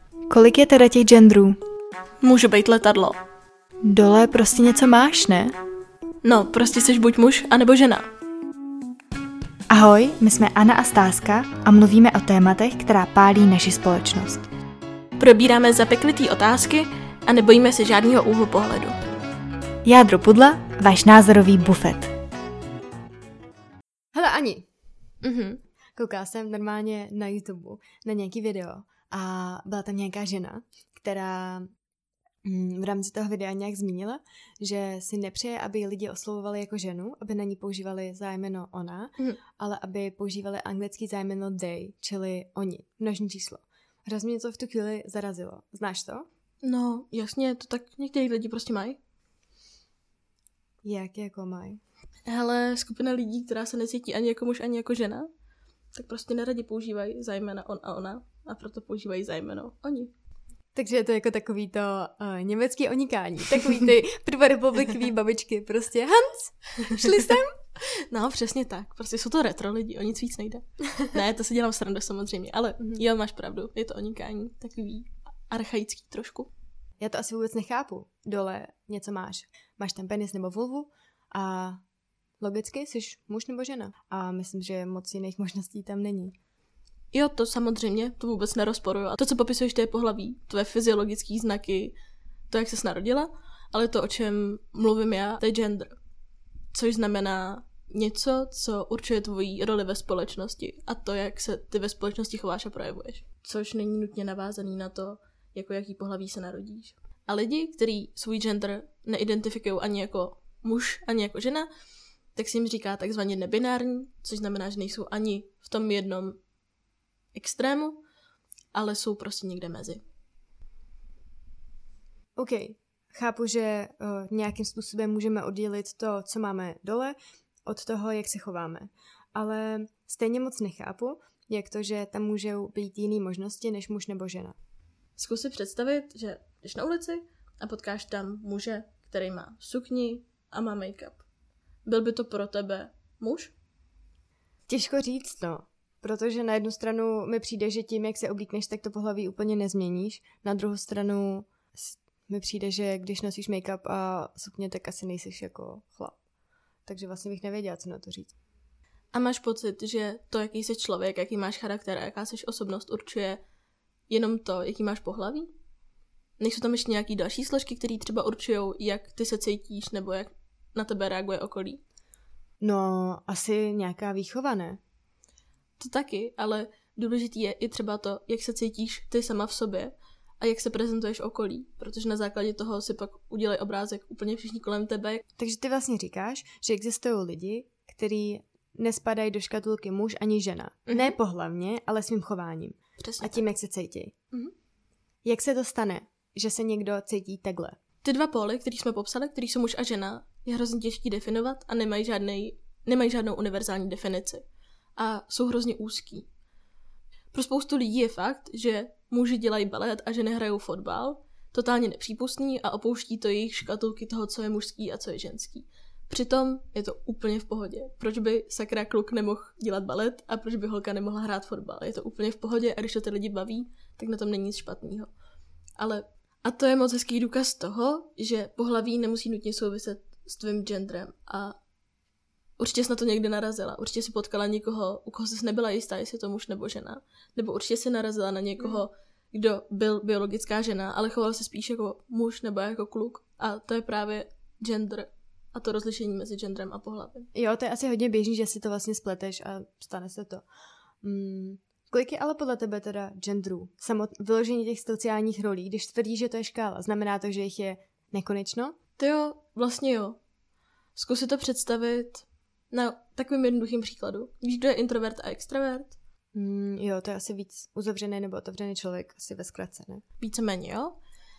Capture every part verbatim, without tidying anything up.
Kolik je teda těch genderů? Může být letadlo. Dole prostě něco máš, ne? No, prostě jsi buď muž, anebo žena. Ahoj, my jsme Anna a Stázka a mluvíme o tématech, která pálí naši společnost. Probíráme zapeklitý otázky a nebojíme se žádného úhlu pohledu. Jádro pudla, váš názorový bufet. Hele Ani, Mhm. koukala jsem normálně na YouTube na nějaký video a byla tam nějaká žena, která mm, v rámci toho videa nějak zmínila, že si nepřeje, aby lidi oslovovali jako ženu, aby na ní používali zájmeno ona, Mhm. ale aby používali anglický zájmeno they, čili oni, množné číslo. Hrozně mě to v tu chvíli zarazilo. Znáš to? No, jasně, to tak některý lidi prostě mají. Jak jako mají? Hele, skupina lidí, která se necítí ani jako muž, ani jako žena, tak prostě neradi používají zájmena on a ona a proto používají zájmeno oni. Takže je to jako takový to uh, německý onikání. Takový ty prvorepublikový babičky. Prostě Hans, šli sem? No, přesně tak. Prostě jsou to retro lidi, o nic víc nejde. Ne, to si dělám srandu samozřejmě, ale jo, máš pravdu, je to onikání, takový archaický trošku. Já to asi vůbec nechápu. Dole něco máš. Máš tam penis nebo vulvu a logicky jsi muž nebo žena. A myslím, že moc jiných možností tam není. Jo, to samozřejmě, to vůbec nerozporuju. A to, co popisuješ, to je pohlaví, tvoje fyziologické znaky, to, jak ses narodila, ale to, o čem mluvím já, to je gender. Což znamená něco, co určuje tvoji roli ve společnosti a to, jak se ty ve společnosti chováš a projevuješ. Což není nutně navázaný na to, jako jaký pohlaví se narodíš. A lidi, kteří svůj gender neidentifikují ani jako muž, ani jako žena, tak se jim říká takzvaně nebinární, což znamená, že nejsou ani v tom jednom extrému, ale jsou prostě někde mezi. OK, chápu, že uh, nějakým způsobem můžeme oddělit to, co máme dole, od toho, jak se chováme. Ale stejně moc nechápu, jak to, že tam můžou být jiné možnosti než muž nebo žena. Zkus si představit, že jdeš na ulici a potkáš tam muže, který má sukni a má make-up. Byl by to pro tebe muž? Těžko říct, no. Protože na jednu stranu mi přijde, že tím, jak se oblíkneš, tak to pohlaví úplně nezměníš. Na druhou stranu mi přijde, že když nosíš make-up a sukně, tak asi nejsiš jako chlap. Takže vlastně bych nevěděla, co na to říct. A máš pocit, že to, jaký jsi člověk, jaký máš charakter a jaká jsi osobnost, určuje jenom to, jaký máš pohlaví? Nejsou tam ještě nějaký další složky, které třeba určují, jak ty se cítíš nebo jak na tebe reaguje okolí? No, asi nějaká výchova, ne? To taky, ale důležitý je i třeba to, jak se cítíš ty sama v sobě a jak se prezentuješ okolí, protože na základě toho si pak udělají obrázek úplně všichni kolem tebe. Takže ty vlastně říkáš, že existují lidi, kteří nespadají do škatulky muž ani žena. Mhm. Ne pohlavně, ale svým chováním. Přesně A tím, jak se cítí. Mhm. Jak se to stane, že se někdo cítí takhle? Ty dva póly, který jsme popsali, který jsou muž a žena, je hrozně těžký definovat a nemají, žádnej, nemají žádnou univerzální definici. A jsou hrozně úzký. Pro spoustu lidí je fakt, že muži dělají balet a ženy hrajou fotbal, totálně nepřípustný a opouští to jejich škatulky toho, co je mužský a co je ženský. Přitom je to úplně v pohodě. Proč by sakra kluk nemohl dělat balet a proč by holka nemohla hrát fotbal? Je to úplně v pohodě a když to ty lidi baví, tak na tom není nic špatného. Ale a to je moc hezký důkaz toho, že pohlaví nemusí nutně souviset s tvým genderem a určitě jsi na to někde narazila. Určitě jsi potkala někoho, u koho jsi nebyla jistá, jestli je to muž nebo žena. Nebo určitě jsi narazila na někoho, kdo byl biologická žena, ale choval se spíš jako muž nebo jako kluk. A to je právě gender a to rozlišení mezi genderem a pohlavím. Jo, to je asi hodně běžný, že si to vlastně spleteš a stane se to. Hmm. Kolik je ale podle tebe teda genderů? Samot vyložení těch sociálních rolí, když tvrdí, že to je škála, znamená to, že jich je nekonečno? To jo, vlastně jo. Zkus si to představit na takovým jednoduchým příkladu. Víš, kdo je introvert a extrovert? Hmm, jo, to je asi víc uzavřený nebo otevřený člověk, asi ve zkratce, ne? Víceméně, jo.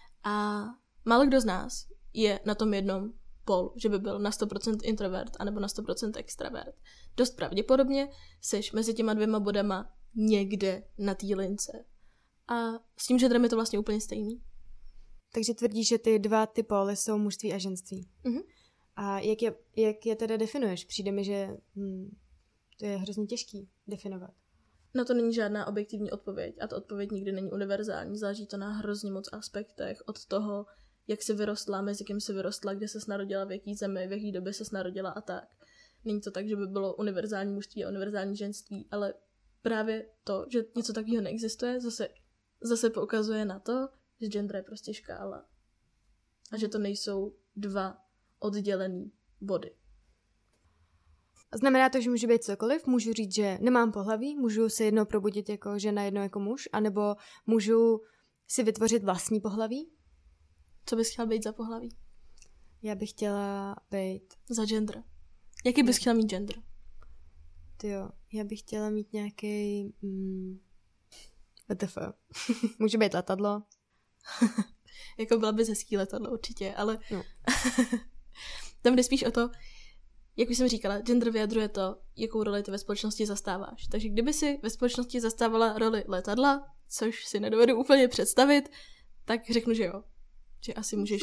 A málo kdo z nás je na tom jednom polu, že by byl na sto procent introvert anebo na sto procent extrovert. Dost pravděpodobně seš mezi těma dvěma bodama někde na té lince. A s tím genderem je to vlastně úplně stejný. Takže tvrdíš, že ty dva ty póly jsou mužství a ženství. Mhm. A jak je, jak je teda definuješ? Přijde mi, že hm, to je hrozně těžký definovat. Na to není žádná objektivní odpověď a ta odpověď nikdy není univerzální. Záleží to na hrozně moc aspektech, od toho, jak se vyrostla, mezi kým se vyrostla, kde se narodila, v jaký zemi, v jaký době se narodila a tak. Není to tak, že by bylo univerzální mužství a univerzální ženství, ale právě to, že něco takového neexistuje, zase, zase poukazuje na to, že gender je prostě škála. A že to nejsou dva oddělený body. Znamená to, že může být cokoliv? Můžu říct, že nemám pohlaví, můžu se jednou probudit jako žena, jednou jako muž, anebo můžu si vytvořit vlastní pohlaví? Co bys chtěla být za pohlaví? Já bych chtěla být... Za gender. Jaký bys chtěla mít gender? Tyjo, já bych chtěla mít nějaký... Mm, W T F. Může být letadlo. Jako byla bys hezký letadlo určitě, ale... No. Tam jde spíš o to, jak už jsem říkala, gender vyjadřuje to, jakou roli ty ve společnosti zastáváš. Takže kdyby si ve společnosti zastávala roli letadla, což si nedovedu úplně představit, tak řeknu, že jo. Že asi můžeš...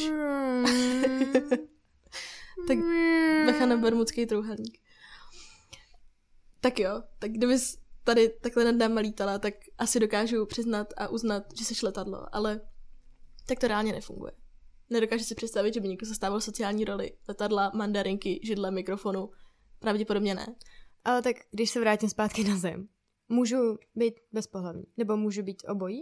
tak bacha na bermudský trouhelník. Tak jo, tak kdybys tady takhle nad náma lítala, tak asi dokážu přiznat a uznat, že jsi letadlo, ale tak to reálně nefunguje. Nedokážu si představit, že by někdo zastával sociální roli letadla, mandarinky, židle, mikrofonu. Pravděpodobně ne. Ale tak když se vrátím zpátky na zem, můžu být bezpohlavní, nebo můžu být obojí?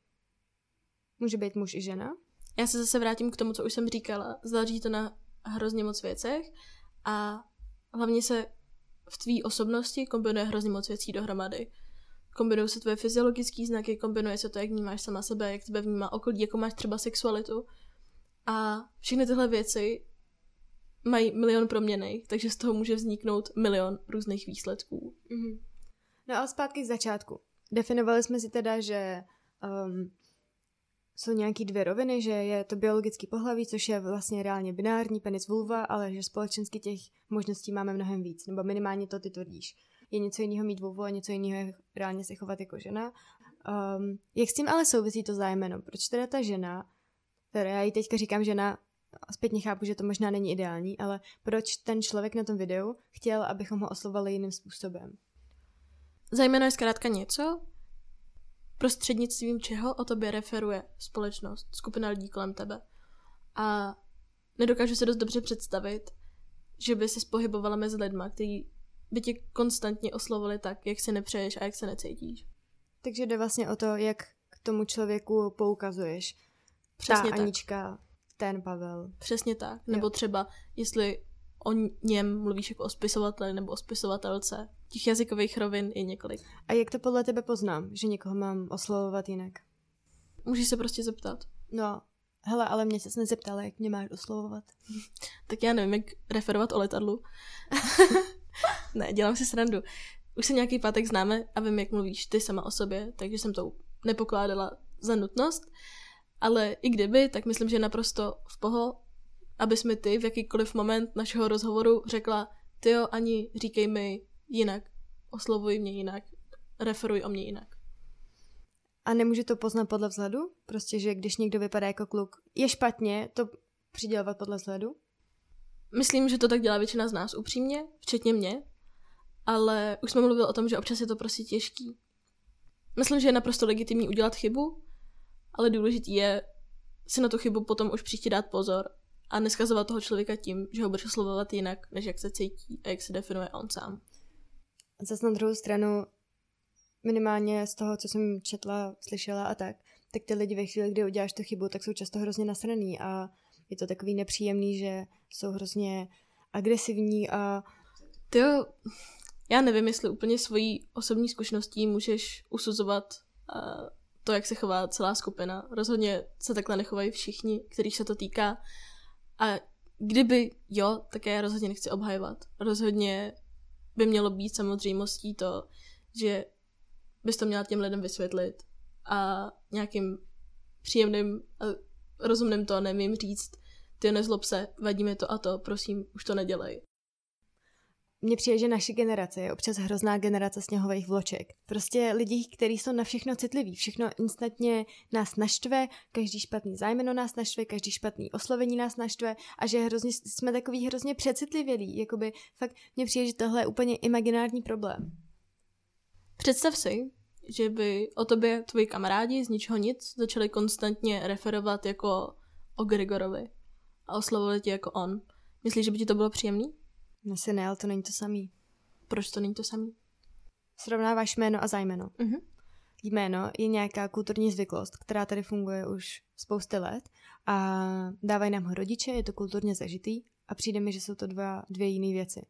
Může být muž i žena? Já se zase vrátím k tomu, co už jsem říkala. Záleží to na hrozně moc věcech a hlavně se v tvý osobnosti kombinuje hrozně moc věcí dohromady. Kombinují se tvoje fyziologické znaky, kombinuje se to, jak vnímáš sama sebe, jak tebe vnímá okolí, jako máš třeba sexualitu. A všechny tyhle věci mají milion proměnných, takže z toho může vzniknout milion různých výsledků. Mm-hmm. No ale zpátky k začátku. Definovali jsme si teda, že um, jsou nějaký dvě roviny, že je to biologický pohlaví, což je vlastně reálně binární, penis, vulva, ale že společensky těch možností máme mnohem víc, nebo minimálně to ty tvrdíš. Je něco jiného mít vulvu a něco jiného je reálně se chovat jako žena. Um, jak s tím ale souvisí to zájmeno? Proč teda ta žena, teda já jí teďka říkám žena, zpětně chápu, že to možná není ideální, ale proč ten člověk na tom videu chtěl, abychom ho oslovovali jiným způsobem? Zájmeno je zkrátka něco, prostřednictvím čeho o tobě referuje společnost, skupina lidí kolem tebe. A nedokážu se dost dobře představit, že by se pohybovala mezi lidma, kteří by tě konstantně oslovovali tak, jak se nepřeješ a jak se necítíš. Takže jde vlastně o to, jak k tomu člověku poukazuješ. Přesně Ta tak. Anička, ten Pavel. Přesně tak. Nebo jo. třeba, jestli o něm mluvíš jako o spisovateli nebo o spisovatelce. Těch jazykových rovin je několik. A jak to podle tebe poznám, že někoho mám oslovovat jinak? Můžeš se prostě zeptat. No, hele, ale mě ses nezeptala, jak mě máš oslovovat. Tak já nevím, jak referovat o letadlu. Ne, dělám si srandu. Už se nějaký pátek známe a vím, jak mluvíš ty sama o sobě, takže jsem to nepokládala za nutnost. Ale i kdyby, tak myslím, že je naprosto v poho, abys mi ty v jakýkoliv moment našeho rozhovoru řekla, tyjo, Ani, říkej mi jinak, oslovuj mě jinak, referuj o mě jinak. A nemůže to poznat podle vzhledu? Prostě, že když někdo vypadá jako kluk, je špatně to přidělovat podle vzhledu? Myslím, že to tak dělá většina z nás upřímně, včetně mě, ale už jsme mluvili o tom, že občas je to prostě těžký. Myslím, že je naprosto legitimní udělat chybu, ale důležitý je si na tu chybu potom už příště dát pozor a neskazovat toho člověka tím, že ho budeš oslovovat jinak, než jak se cítí a jak se definuje on sám. Zas na druhou stranu, minimálně z toho, co jsem četla, slyšela a tak, tak ty lidi ve chvíli, kdy uděláš tu chybu, tak jsou často hrozně nasraný a je to takový nepříjemný, že jsou hrozně agresivní a... Tyjo, já nevím, jestli úplně svojí osobní zkušeností můžeš usuzovat uh, to, jak se chová celá skupina. Rozhodně se takhle nechovají všichni, kterých se to týká. A kdyby jo, tak já rozhodně nechci obhajovat. Rozhodně by mělo být samozřejmostí to, že bys to měla těm lidem vysvětlit a nějakým příjemným a rozumným tónem jim říct, ty nezlob se, vadí mi to a to, prosím, už to nedělej. Mně přijde, že naše generace je občas hrozná generace sněhových vloček. Prostě lidi, kteří jsou na všechno citliví, všechno instantně nás naštve, každý špatný zájmeno nás naštve, každý špatný oslovení nás naštve a že hrozně, jsme takový hrozně přecitlivělí. Jakoby fakt mně přijde, že tohle je úplně imaginární problém. Představ si, že by o tobě tvoji kamarádi z ničeho nic začali konstantně referovat jako o Gregorovi a oslovovali tě jako on. Myslíš, že by ti to bylo příjemný? Asi ne, ale to není to samý. Proč to není to samý? Srovnáváš jméno a zájmeno. Mhm. Jméno je nějaká kulturní zvyklost, která tady funguje už spousty let a dávají nám ho rodiče, je to kulturně zažitý a přijde mi, že jsou to dva, dvě jiné věci.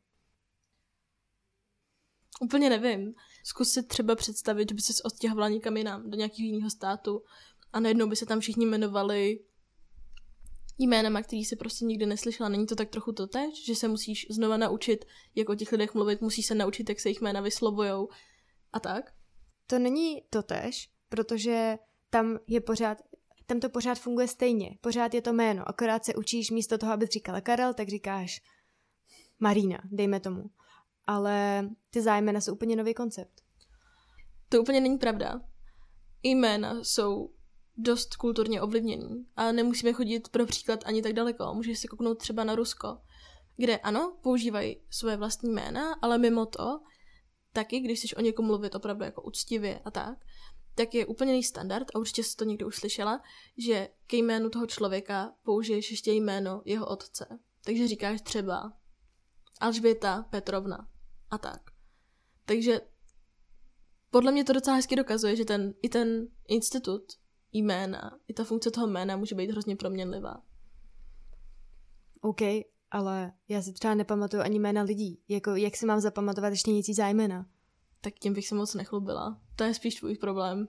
Úplně nevím. Zkus si třeba představit, že by se odstěhovala někam jinam, do nějakého jiného státu a najednou by se tam všichni jmenovali jménama, který si prostě nikdy neslyšela. Není to tak trochu totéž, že se musíš znova naučit, jak o těch lidech mluvit, musíš se naučit, jak se jich jména vyslovujou a tak? To není totéž, protože tam je pořád, tam to pořád funguje stejně. Pořád je to jméno, akorát se učíš místo toho, abys říkala Karel, tak říkáš Marína, dejme tomu. Ale ty zájmena jsou úplně nový koncept. To úplně není pravda. Jména jsou dost kulturně ovlivněný a nemusíme chodit pro příklad ani tak daleko. Můžeš si kouknout třeba na Rusko, kde ano, používají své vlastní jména, ale mimo to, taky, když chceš o někom mluvit opravdu jako uctivě a tak, tak je úplně jiný standard, a určitě jsi to někdo už slyšela, že ke jménu toho člověka použiješ ještě jméno jeho otce. Takže říkáš třeba Alžběta Petrovna a tak. Takže podle mě to docela hezky dokazuje, že ten, i ten institut jména, i ta funkce toho jména může být hrozně proměnlivá. OK, ale já si třeba nepamatuju ani jména lidí. Jako, jak si mám zapamatovat ještě něcí zájmena? Tak tím bych se moc nechlubila. To je spíš tvůj problém.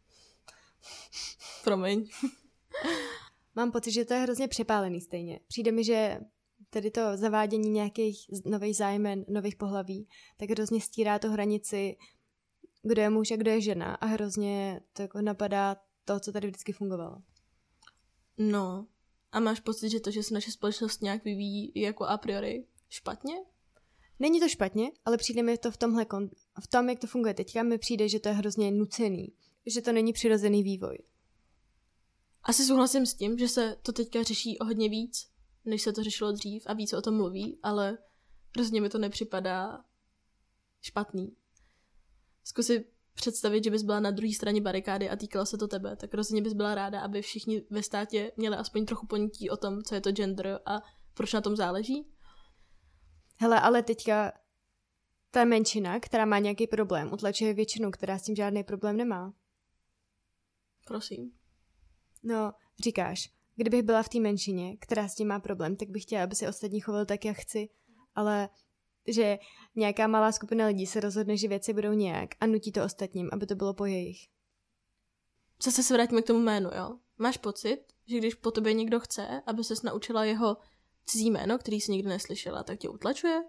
Promiň. Mám pocit, že to je hrozně přepálený stejně. Přijde mi, že tady to zavádění nějakých nových zájmen, nových pohlaví, tak hrozně stírá to hranici, kdo je muž a kdo je žena a hrozně to jako napadá to, co tady vždycky fungovalo. No, a máš pocit, že to, že se naše společnost nějak vyvíjí jako a priori špatně? Není to špatně, ale přijde mi to v tomhle, kon- v tom, jak to funguje teďka, mi přijde, že to je hrozně nucený, že to není přirozený vývoj. Asi souhlasím s tím, že se to teďka řeší o hodně víc, než se to řešilo dřív a víc o tom mluví, ale hrozně mi to nepřipadá špatný. Zkus si představit, že bys byla na druhé straně barikády a týkalo se to tebe, tak rozhodně bys byla ráda, aby všichni ve státě měli aspoň trochu ponětí o tom, co je to gender a proč na tom záleží. Hele, ale teďka ta menšina, která má nějaký problém, utlačuje většinu, která s tím žádný problém nemá. Prosím. No, říkáš, kdybych byla v té menšině, která s tím má problém, tak bych chtěla, aby se ostatní chovali tak, jak chci, ale že nějaká malá skupina lidí se rozhodne, že věci budou nějak a nutí to ostatním, aby to bylo po jejich. Zase se vrátíme k tomu jménu, jo? Máš pocit, že když po tobě někdo chce, aby ses naučila jeho cizí jméno, který jsi nikdy neslyšela, tak tě utlačuje?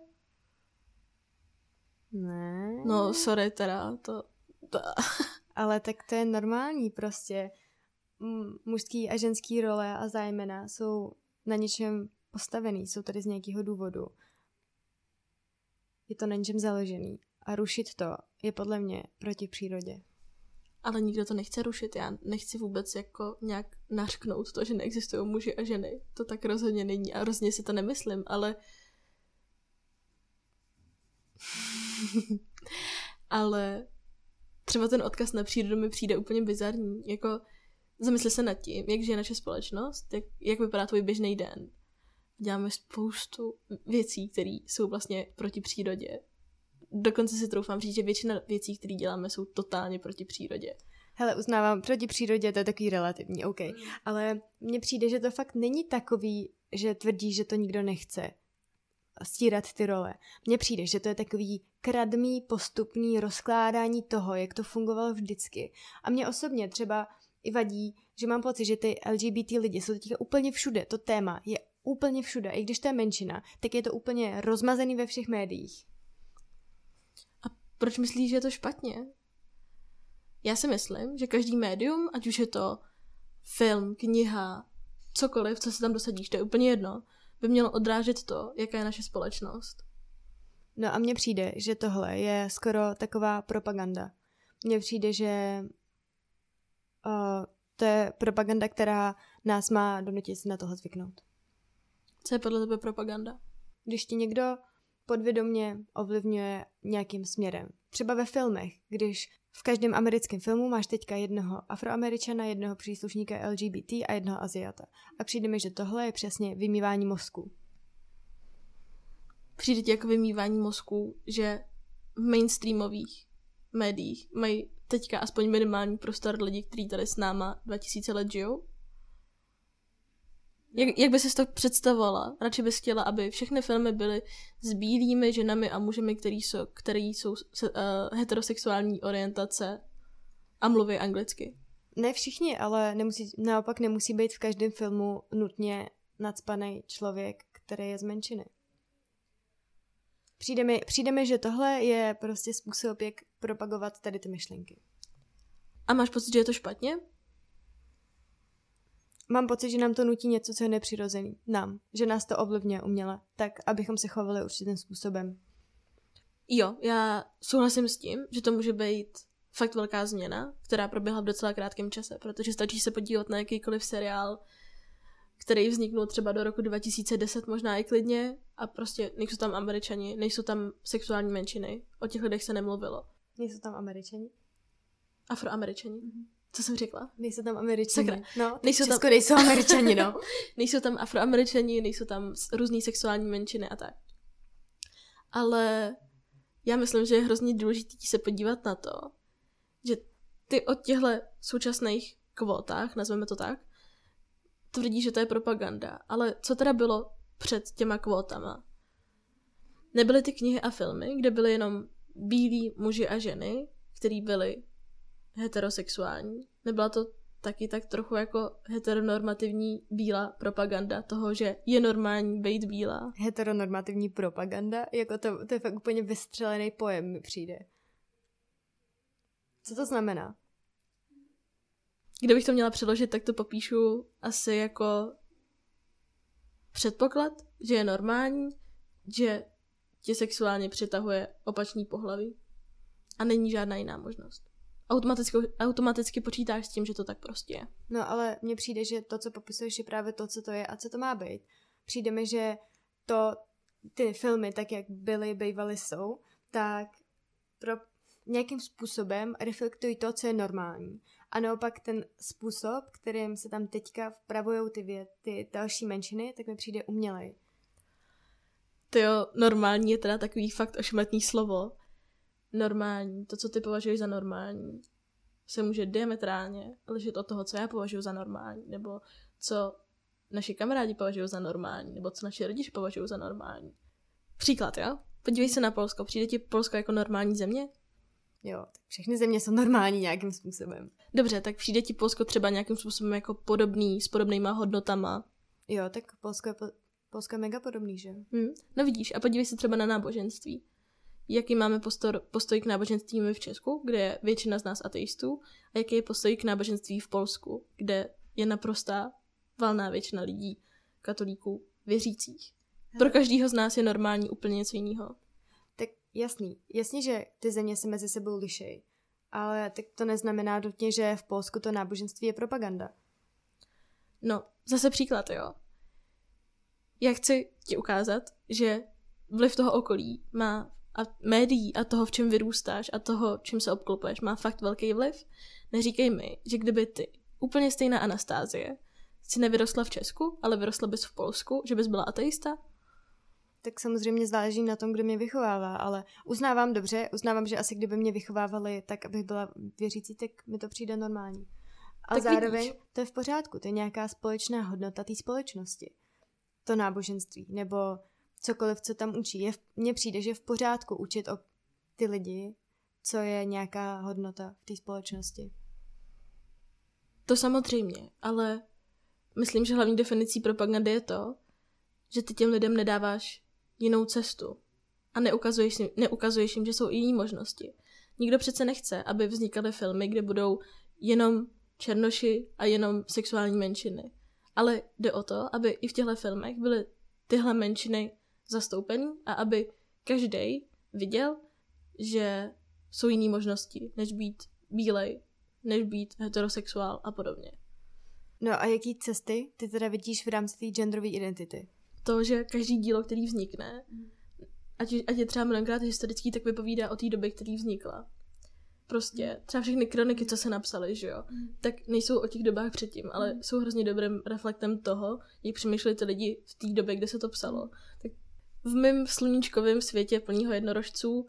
Ne. No, sorry, teda, to... to... Ale tak to je normální prostě. M- mužský a ženský role a zájmena jsou na něčem postavený, jsou tady z nějakého důvodu. Je to na něčem založený. A rušit to je podle mě proti přírodě. Ale nikdo to nechce rušit. Já nechci vůbec jako nějak nařknout to, že neexistují muži a ženy. To tak rozhodně není a rozhodně si to nemyslím, ale... ale třeba ten odkaz na přírodu mi přijde úplně bizarní. Jako zamysli se nad tím, jak žije naše společnost, jak, jak vypadá tvůj běžný den. Děláme spoustu věcí, které jsou vlastně proti přírodě. Dokonce si troufám říct, že většina věcí, které děláme, jsou totálně proti přírodě. Hele, uznávám, proti přírodě to je takový relativní, OK. Mm. Ale mně přijde, že to fakt není takový, že tvrdí, že to nikdo nechce stírat ty role. Mně přijde, že to je takový kradmý, postupný rozkládání toho, jak to fungovalo vždycky. A mě osobně třeba i vadí, že mám pocit, že ty L G B T lidi jsou teďka úplně všude. To téma je úplně všude. I když to je menšina, tak je to úplně rozmazený ve všech médiích. A proč myslíš, že je to špatně? Já si myslím, že každý médium, ať už je to film, kniha, cokoliv, co se tam dosadíš, to je úplně jedno, by mělo odrážet to, jaká je naše společnost. No a mně přijde, že tohle je skoro taková propaganda. Mně přijde, že uh, to je propaganda, která nás má donutit si na tohle zvyknout. Co je podle tebe propaganda? Když ti někdo podvědomě ovlivňuje nějakým směrem, třeba ve filmech, když v každém americkém filmu máš teďka jednoho Afroameričana, jednoho příslušníka L G B T a jednoho Aziata. A přijde mi, že tohle je přesně vymývání mozku. Přijde ti jako vymývání mozku, že v mainstreamových médiích mají teďka aspoň minimální prostor lidi, kteří tady s náma dva tisíce let žijou? Jak, jak by ses to představovala? Radši bys chtěla, aby všechny filmy byly s bílými ženami a mužemi, který jsou, který jsou uh, heterosexuální orientace a mluví anglicky. Ne všichni, ale nemusí, naopak nemusí být v každém filmu nutně nacpaný člověk, který je z menšiny. Přijde mi, přijde mi, že tohle je prostě způsob, jak propagovat tady ty myšlenky. A máš pocit, že je to špatně? Mám pocit, že nám to nutí něco, co je nepřirozený. Nám. Že nás to ovlivňuje uměle. Tak, abychom se chovali určitým způsobem. Jo, já souhlasím s tím, že to může být fakt velká změna, která proběhla v docela krátkém čase, protože stačí se podívat na jakýkoliv seriál, který vzniknul třeba do roku dva tisíce deset, možná i klidně, a prostě nejsou tam Američani, nejsou tam sexuální menšiny, o těch lidech se nemluvilo. Nejsou tam Američani? Afroameričani. Mm-hmm. Co jsem řekla? Nejsou tam Američani. Sakra. No, nejsou Česku tam... nejsou Američani, no. Nejsou tam Afroameričani, nejsou tam různý sexuální menšiny a tak. Ale já myslím, že je hrozně důležité se podívat na to, že ty od těchto současných kvótách, nazveme to tak, tvrdí, že to je propaganda. Ale co teda bylo před těma kvótama? Nebyly ty knihy a filmy, kde byly jenom bílí muži a ženy, který byli heterosexuální. Nebyla to taky tak trochu jako heteronormativní bílá propaganda toho, že je normální být bílá? Heteronormativní propaganda? Jako to, to je fakt úplně vystřelený pojem, mi přijde. Co to znamená? Kdybych to měla přeložit, tak to popíšu asi jako předpoklad, že je normální, že tě sexuálně přitahuje opačný pohlaví a není žádná jiná možnost. Automaticky, automaticky počítáš s tím, že to tak prostě je. No ale mně přijde, že to, co popisuješ, je právě to, co to je a co to má být. Přijde mi, že to, ty filmy, tak jak byly, bývaly jsou, tak pro nějakým způsobem reflektují to, co je normální. A naopak ten způsob, kterým se tam teďka vpravujou ty, vě- ty další menšiny, tak mi přijde umělej. Tyjo, normální je teda takový fakt ošmetný slovo. Normální, to, co ty považuješ za normální, se může diametrálně lišit od toho, co já považuji za normální, nebo co naši kamarádi považují za normální, nebo co naši rodiče považují za normální. Příklad, jo? Podívej se na Polsko. Přijde ti Polsko jako normální země? Jo, tak všechny země jsou normální nějakým způsobem. Dobře, tak přijde ti Polsko třeba nějakým způsobem jako podobný, s podobnýma hodnotama? Jo, tak Polsko je, po, Polsko je mega podobný, že? Hmm. No vidíš, a podívej se třeba na náboženství. Jaký máme postor, postoj k náboženství my v Česku, kde je většina z nás ateistů, a jaký je postoj k náboženství v Polsku, kde je naprostá valná většina lidí, katolíků, věřících. Pro každýho z nás je normální úplně něco jiného. Tak jasný. Jasně, že ty země se mezi sebou lišejí, ale tak to neznamená nutně, že v Polsku to náboženství je propaganda. No, zase příklad, jo. Já chci ti ukázat, že vliv toho okolí má a médií a toho, v čem vyrůstáš a toho, čím se obklopuješ, má fakt velký vliv. Neříkej mi, že kdyby ty, úplně stejná Anastázie, si nevyrostla v Česku, ale vyrostla bys v Polsku, že bys byla ateista? Tak samozřejmě záleží na tom, kdo mě vychovává, ale uznávám dobře, uznávám, že asi kdyby mě vychovávali tak, abych byla věřící, tak mi to přijde normální. A tak zároveň vidíš, to je v pořádku, to je nějaká společná hodnota té společnosti. To náboženství, nebo cokoliv, co tam učí. Je v, mně přijde, že je v pořádku učit o ty lidi, co je nějaká hodnota v té společnosti. To samozřejmě, ale myslím, že hlavní definicí propagandy je to, že ty těm lidem nedáváš jinou cestu a neukazuješ jim, neukazuješ jim, že jsou i jiné možnosti. Nikdo přece nechce, aby vznikaly filmy, kde budou jenom černoši a jenom sexuální menšiny. Ale jde o to, aby i v těchto filmech byly tyhle menšiny zastoupený a aby každý viděl, že jsou jiné možnosti, než být bílej, než být heterosexuál a podobně. No a jaký cesty ty teda vidíš v rámci té genderové identity? To, že každý dílo, který vznikne, ať, ať je třeba mnohokrát historický, tak vypovídá o té době, který vznikla. Prostě třeba všechny kroniky, co se napsaly, že jo, tak nejsou o těch dobách předtím, ale jsou hrozně dobrým reflektem toho, jak přemýšleli ty lidi v té době, kde se to psalo. Tak v mém sluníčkovém světě plného jednorožců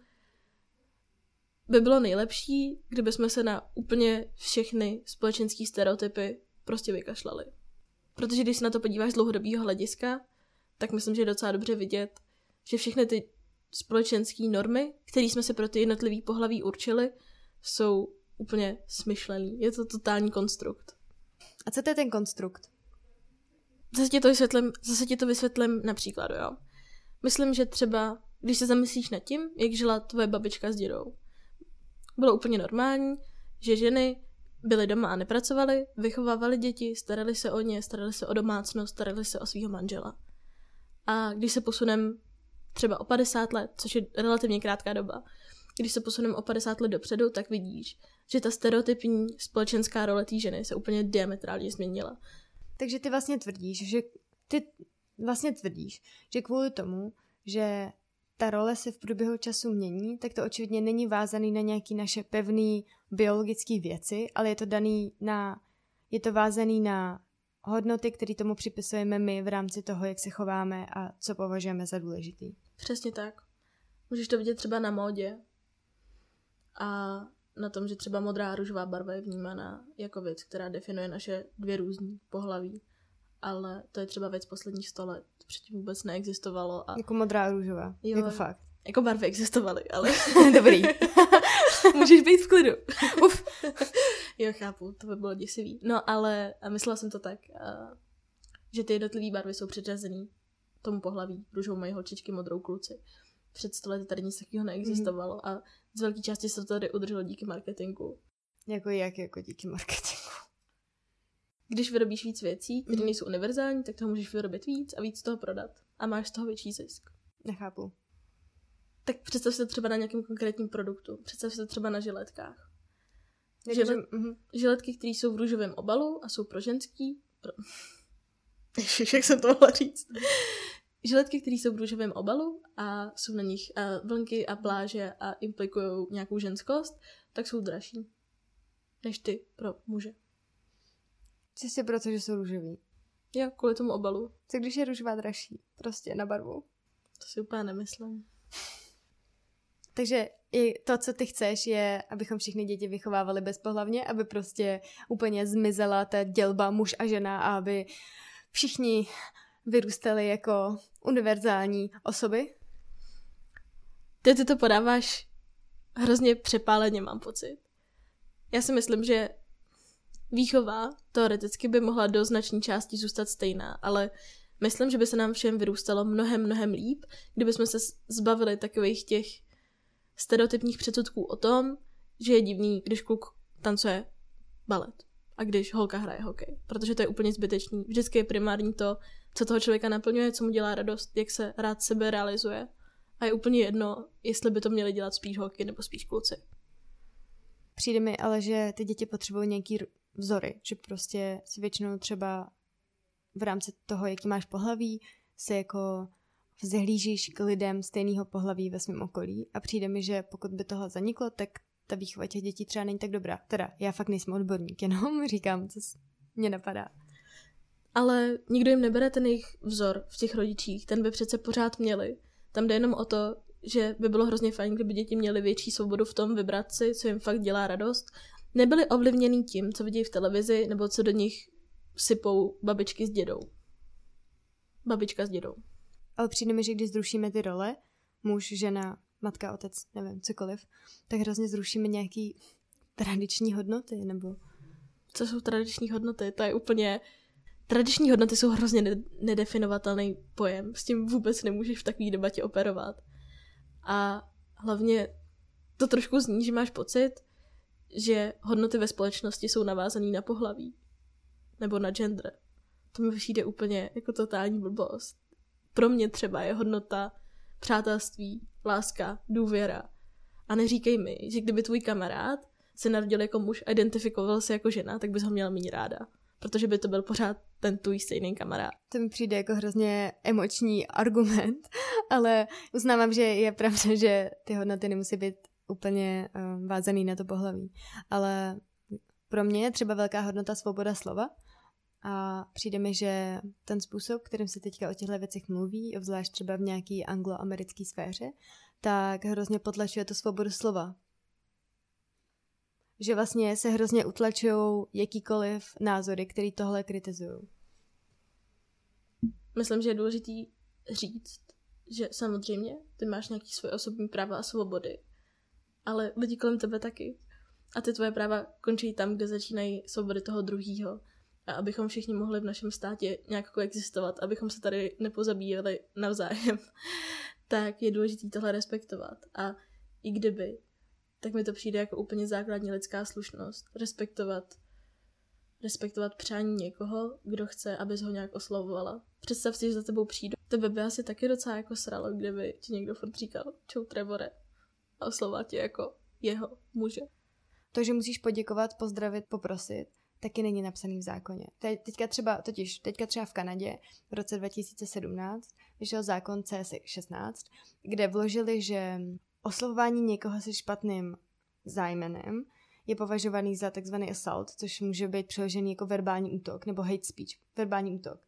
by bylo nejlepší, kdyby jsme se na úplně všechny společenské stereotypy prostě vykašlali. Protože když se na to podíváš z dlouhodobého hlediska, tak myslím, že je docela dobře vidět, že všechny ty společenské normy, které jsme si pro ty jednotlivý pohlaví určili, jsou úplně smyšlený. Je to totální konstrukt. A co to je ten konstrukt? Zase ti to vysvětlím, zase ti to vysvětlím na příkladu, jo. Myslím, že třeba, když se zamyslíš nad tím, jak žila tvoje babička s dědou. Bylo úplně normální, že ženy byly doma a nepracovaly, vychovávaly děti, starali se o ně, starali se o domácnost, starali se o svého manžela. A když se posuneme třeba o padesát let, což je relativně krátká doba, když se posuneme o padesát let dopředu, tak vidíš, že ta stereotypní společenská role té ženy se úplně diametrálně změnila. Takže ty vlastně tvrdíš, že ty vlastně tvrdíš, že kvůli tomu, že ta role se v průběhu času mění, tak to očividně není vázaný na nějaký naše pevný biologické věci, ale je to daný na, je to vázaný na hodnoty, které tomu připisujeme my v rámci toho, jak se chováme a co považujeme za důležitý. Přesně tak. Můžeš to vidět třeba na módě a na tom, že třeba modrá a růžová barva je vnímaná jako věc, která definuje naše dvě různý pohlaví. Ale to je třeba věc posledních sto let. Předtím vůbec neexistovalo. A... Jako modrá a růžová. Jo, jako fakt. Jako barvy existovaly, ale... Dobrý. Můžeš být v klidu. Uf. Jo, chápu, to by bylo děsivý. No, ale a myslela jsem to tak, a, že ty jednotlivé barvy jsou předřazený tomu pohlaví. Růžovou mají holčičky, modrou kluci. Před sto lety tady nic takového neexistovalo mm. a z velké části se to tady udrželo díky marketingu. Jako jak, jako díky marketingu? Když vyrobíš víc věcí, které nejsou univerzální, tak toho můžeš vyrobit víc a víc toho prodat. A máš z toho větší zisk. Nechápu. Tak představ si to třeba na nějakém konkrétním produktu. Představ si to třeba na žiletkách. Jako, Žilet, že, uh-huh. Žiletky, které jsou v růžovém obalu a jsou pro ženský. Pro... Ježiš, jak jsem to mohla říct. Žiletky, které jsou v růžovém obalu a jsou na nich uh, vlnky a pláže a implikují nějakou ženskost, tak jsou dražší než ty pro muže. Čistě proto, že jsou růžový. Jo, kvůli tomu obalu. Co když je růžová dražší? Prostě na barvu. To si úplně nemyslím. Takže i to, co ty chceš, je, abychom všechny děti vychovávali bezpohlavně, aby prostě úplně zmizela ta dělba muž a žena a aby všichni vyrůstali jako univerzální osoby? Ty, ty to podáváš hrozně přepáleně, mám pocit. Já si myslím, že výchova teoreticky by mohla do značné části zůstat stejná, ale myslím, že by se nám všem vyrůstalo mnohem, mnohem líp, kdybychom se zbavili takových těch stereotypních předsudků o tom, že je divný, když kluk tancuje balet a když holka hraje hokej, protože to je úplně zbytečný. Vždycky je primární to, co toho člověka naplňuje, co mu dělá radost, jak se rád sebe realizuje. A je úplně jedno, jestli by to měli dělat spíš holky nebo spíš kluci. Přijde mi ale, že ty děti potřebují nějaký vzory, že prostě si většinou třeba v rámci toho, jaký máš pohlaví, se jako vzhlížíš k lidem stejného pohlaví ve svém okolí a přijde mi, že pokud by tohle zaniklo, tak ta výchova těch dětí třeba není tak dobrá. Teda, já fakt nejsem odborník, jenom říkám, co mě napadá. Ale nikdo jim nebere ten jejich vzor v těch rodičích, ten by přece pořád měli. Tam jde jenom o to, že by bylo hrozně fajn, kdyby děti měly větší svobodu v tom vybrat si, co jim fakt dělá radost. Nebyli ovlivněný tím, co vidí v televizi, nebo co do nich sypou babičky s dědou. Babička s dědou. Ale přijde mi, že když zrušíme ty role, muž, žena, matka, otec, nevím, cokoliv, tak hrozně zrušíme nějaký tradiční hodnoty, nebo... Co jsou tradiční hodnoty? To je úplně... Tradiční hodnoty jsou hrozně nedefinovatelný pojem. S tím vůbec nemůžeš v takové debatě operovat. A hlavně to trošku zní, že máš pocit, že hodnoty ve společnosti jsou navázané na pohlaví. Nebo na gender. To mi přijde úplně jako totální blbost. Pro mě třeba je hodnota přátelství, láska, důvěra. A neříkej mi, že kdyby tvůj kamarád se narodil jako muž a identifikoval se jako žena, tak bys ho měla mít ráda. Protože by to byl pořád ten tvůj stejný kamarád. To mi přijde jako hrozně emoční argument, ale uznávám, že je pravda, že ty hodnoty nemusí být úplně uh, vázaný na to pohlaví. Ale pro mě je třeba velká hodnota svoboda slova a přijde mi, že ten způsob, kterým se teďka o těchto věcech mluví, obzvlášť třeba v nějaký angloamerické sféře, tak hrozně potlačuje tu svobodu slova. Že vlastně se hrozně utlačují jakýkoliv názory, který tohle kritizují. Myslím, že je důležitý říct, že samozřejmě ty máš nějaký svoje osobní práva a svobody, ale lidi kolem tebe taky. A ty tvoje práva končí tam, kde začínají svobody toho druhýho. A abychom všichni mohli v našem státě nějak koexistovat, abychom se tady nepozabíjeli navzájem, tak je důležité tohle respektovat. A i kdyby, tak mi to přijde jako úplně základní lidská slušnost. Respektovat, respektovat přání někoho, kdo chce, abys ho nějak oslovovala. Představ si, že za tebou přijdu. Tebe by asi taky docela jako sralo, kdyby ti někdo furt říkal čau Trevore a oslovoval tě jako jeho muže. To, že musíš poděkovat, pozdravit, poprosit, taky není napsaný v zákoně. Te- teďka třeba, totiž, teďka třeba v Kanadě v roce dva tisíce sedmnáct vyšel zákon C S šestnáct, kde vložili, že oslovování někoho se špatným zájmenem je považovaný za takzvaný assault, což může být přeložený jako verbální útok, nebo hate speech, verbální útok.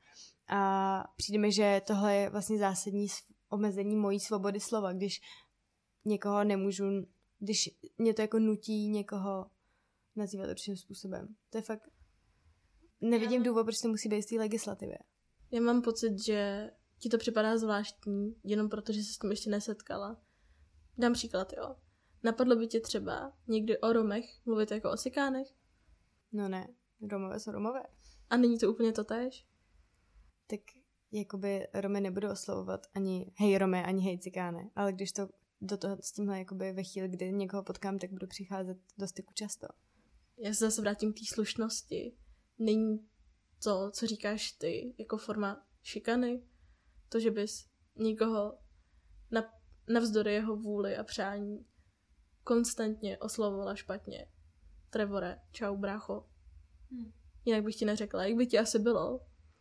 A přijde mi, že tohle je vlastně zásadní omezení mojí svobody slova, když někoho nemůžu, když mě to jako nutí někoho nazývat určitým způsobem. To je fakt... Nevidím Já... důvod, proč to musí být v té legislativě. Já mám pocit, že ti to připadá zvláštní, jenom proto, že se s tím ještě nesetkala. Dám příklad, jo. Napadlo by tě třeba někdy o Romech mluvit jako o Cikánech? No ne, Romové jsou Romové. A není to úplně totéž? Tak jakoby Romy nebudu oslovovat ani hej Rome, ani hej Cikáne, ale když to do toho s tímhle jakoby ve chvíli, kdy někoho potkám, tak budu přicházet do styku často. Já se zase vrátím k té slušnosti. Není to, co říkáš ty, jako forma šikany? To, že bys někoho na, navzdory jeho vůli a přání konstantně oslovovala špatně. Trevore, čau brácho. Hmm. Jinak bych ti neřekla, jak by ti asi bylo.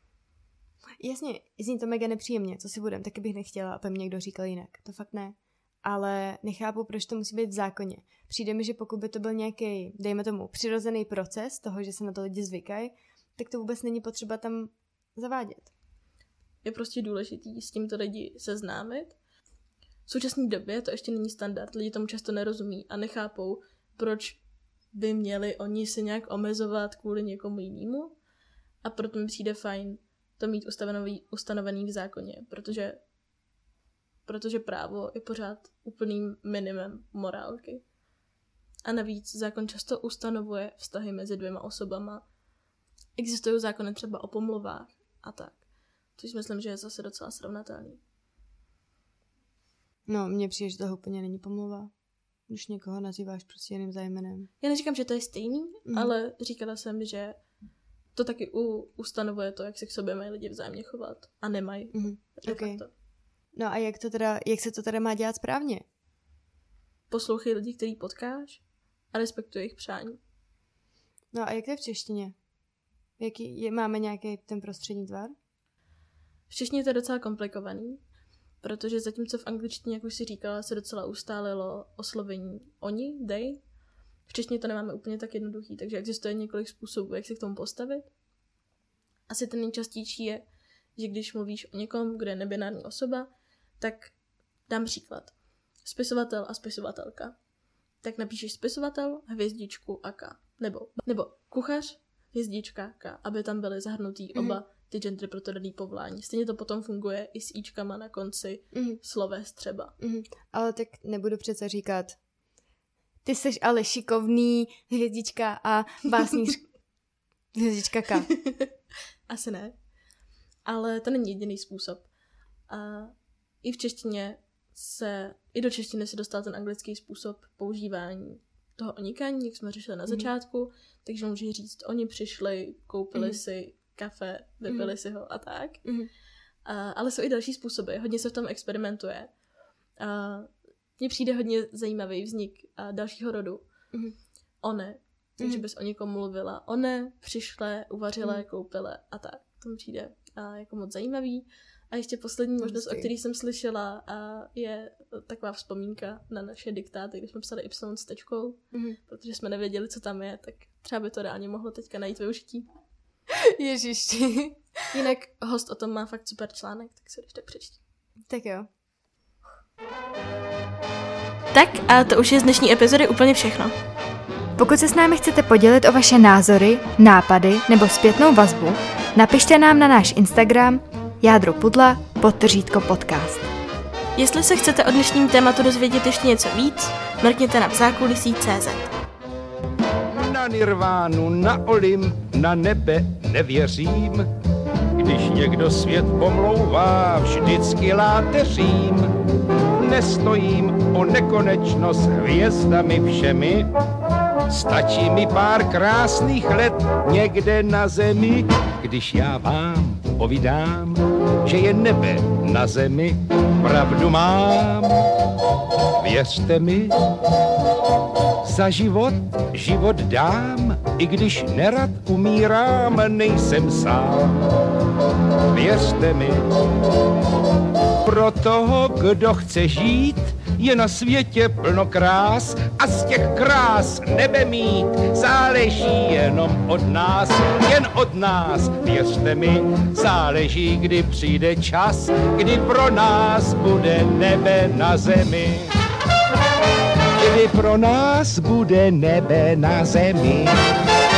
Jasně, zní to mega nepříjemně, co si budem, taky bych nechtěla, aby mi někdo říkal jinak. To fakt ne. Ale nechápu, proč to musí být v zákoně. Přijde mi, že pokud by to byl nějaký, dejme tomu, přirozený proces toho, že se na to lidi zvykají, tak to vůbec není potřeba tam zavádět. Je prostě důležitý s tímto lidi seznámit. V současné době to ještě není standard, lidi tomu často nerozumí a nechápou, proč by měli oni se nějak omezovat kvůli někomu jinému. A proto mi přijde fajn to mít ustanovený, ustanovený v zákoně, protože protože právo je pořád úplným minimem morálky. A navíc zákon často ustanovuje vztahy mezi dvěma osobama. Existují zákony třeba o pomluvách a tak. Což myslím, že je zase docela srovnatelný. No, mně přijde, že toho úplně není pomluva. Když někoho nazýváš prostě jiným zájmenem. Já neříkám, že to je stejný, mm. ale říkala jsem, že to taky u, ustanovuje to, jak se k sobě mají lidi vzájemně chovat. A nemají. Mm. Okay. No a jak, to teda, jak se to teda má dělat správně? Poslouchej lidi, který potkáš a respektuj jejich přání. No a jak to je v češtině? Jaký, je, máme nějaký ten prostřední tvar? V češtině je to docela komplikovaný, protože zatímco v angličtině, jak už si říkala, se docela ustálilo oslovení oni, they, v češtině to nemáme úplně tak jednoduchý, takže existuje několik způsobů, jak se k tomu postavit. Asi ten nejčastější je, že když mluvíš o někom, kdo je nebinární osoba, tak dám příklad. Spisovatel a spisovatelka. Tak napíšeš spisovatel, hvězdičku a K. Nebo, nebo kuchař, hvězdička K, aby tam byly zahrnutý mm. oba ty gendry pro to daný povolání. Stejně to potom funguje i s íčkama na konci mm. sloves třeba. Mm. Ale tak nebudu přece říkat ty seš ale šikovný, hvězdička a básníř hvězdička K. Asi ne. Ale to není jediný způsob. A i v češtině se, i do češtiny se dostal ten anglický způsob používání toho onikání, jak jsme řešili na začátku, mm. takže můžeš říct, oni přišli, koupili mm. si kafe, vypili mm. si ho a tak. Mm. A, ale jsou i další způsoby, hodně se v tom experimentuje. A mně přijde hodně zajímavý vznik a dalšího rodu. Mm. One, takže mm. bys o někom mluvila. One přišle, uvařile, mm. koupile a tak. To mi přijde a, jako moc zajímavý. A ještě poslední možnost, o který jsem slyšela, a je taková vzpomínka na naše diktáty, když jsme psali Y s tečkou, mm-hmm. protože jsme nevěděli, co tam je, tak třeba by to reálně mohlo teďka najít využití. Ježiši. Jinak host o tom má fakt super článek, tak se když tak přečti. Tak jo. Tak a to už je z dnešní epizody úplně všechno. Pokud se s námi chcete podělit o vaše názory, nápady nebo zpětnou vazbu, napište nám na náš Instagram jádro pudla podtržítko podcast. Jestli se chcete o dnešním tématu dozvědět ještě něco víc, mrkněte na zákulisí tečka cé zet. Na nirvánu, na Olymp, na nebe nevěřím. Když někdo svět pomlouvá, vždycky láteřím. Nestojím o nekonečno s hvězdami všemi. Stačí mi pár krásných let někde na zemi, když já vám povídám, že je nebe na zemi, pravdu mám. Věřte mi, za život život dám, i když nerad umírám, nejsem sám. Věřte mi, pro toho, kdo chce žít, je na světě plno krás a z těch krás nebe mít záleží jenom od nás, jen od nás. Věřte mi, záleží, kdy přijde čas, kdy pro nás bude nebe na zemi. Kdy pro nás bude nebe na zemi.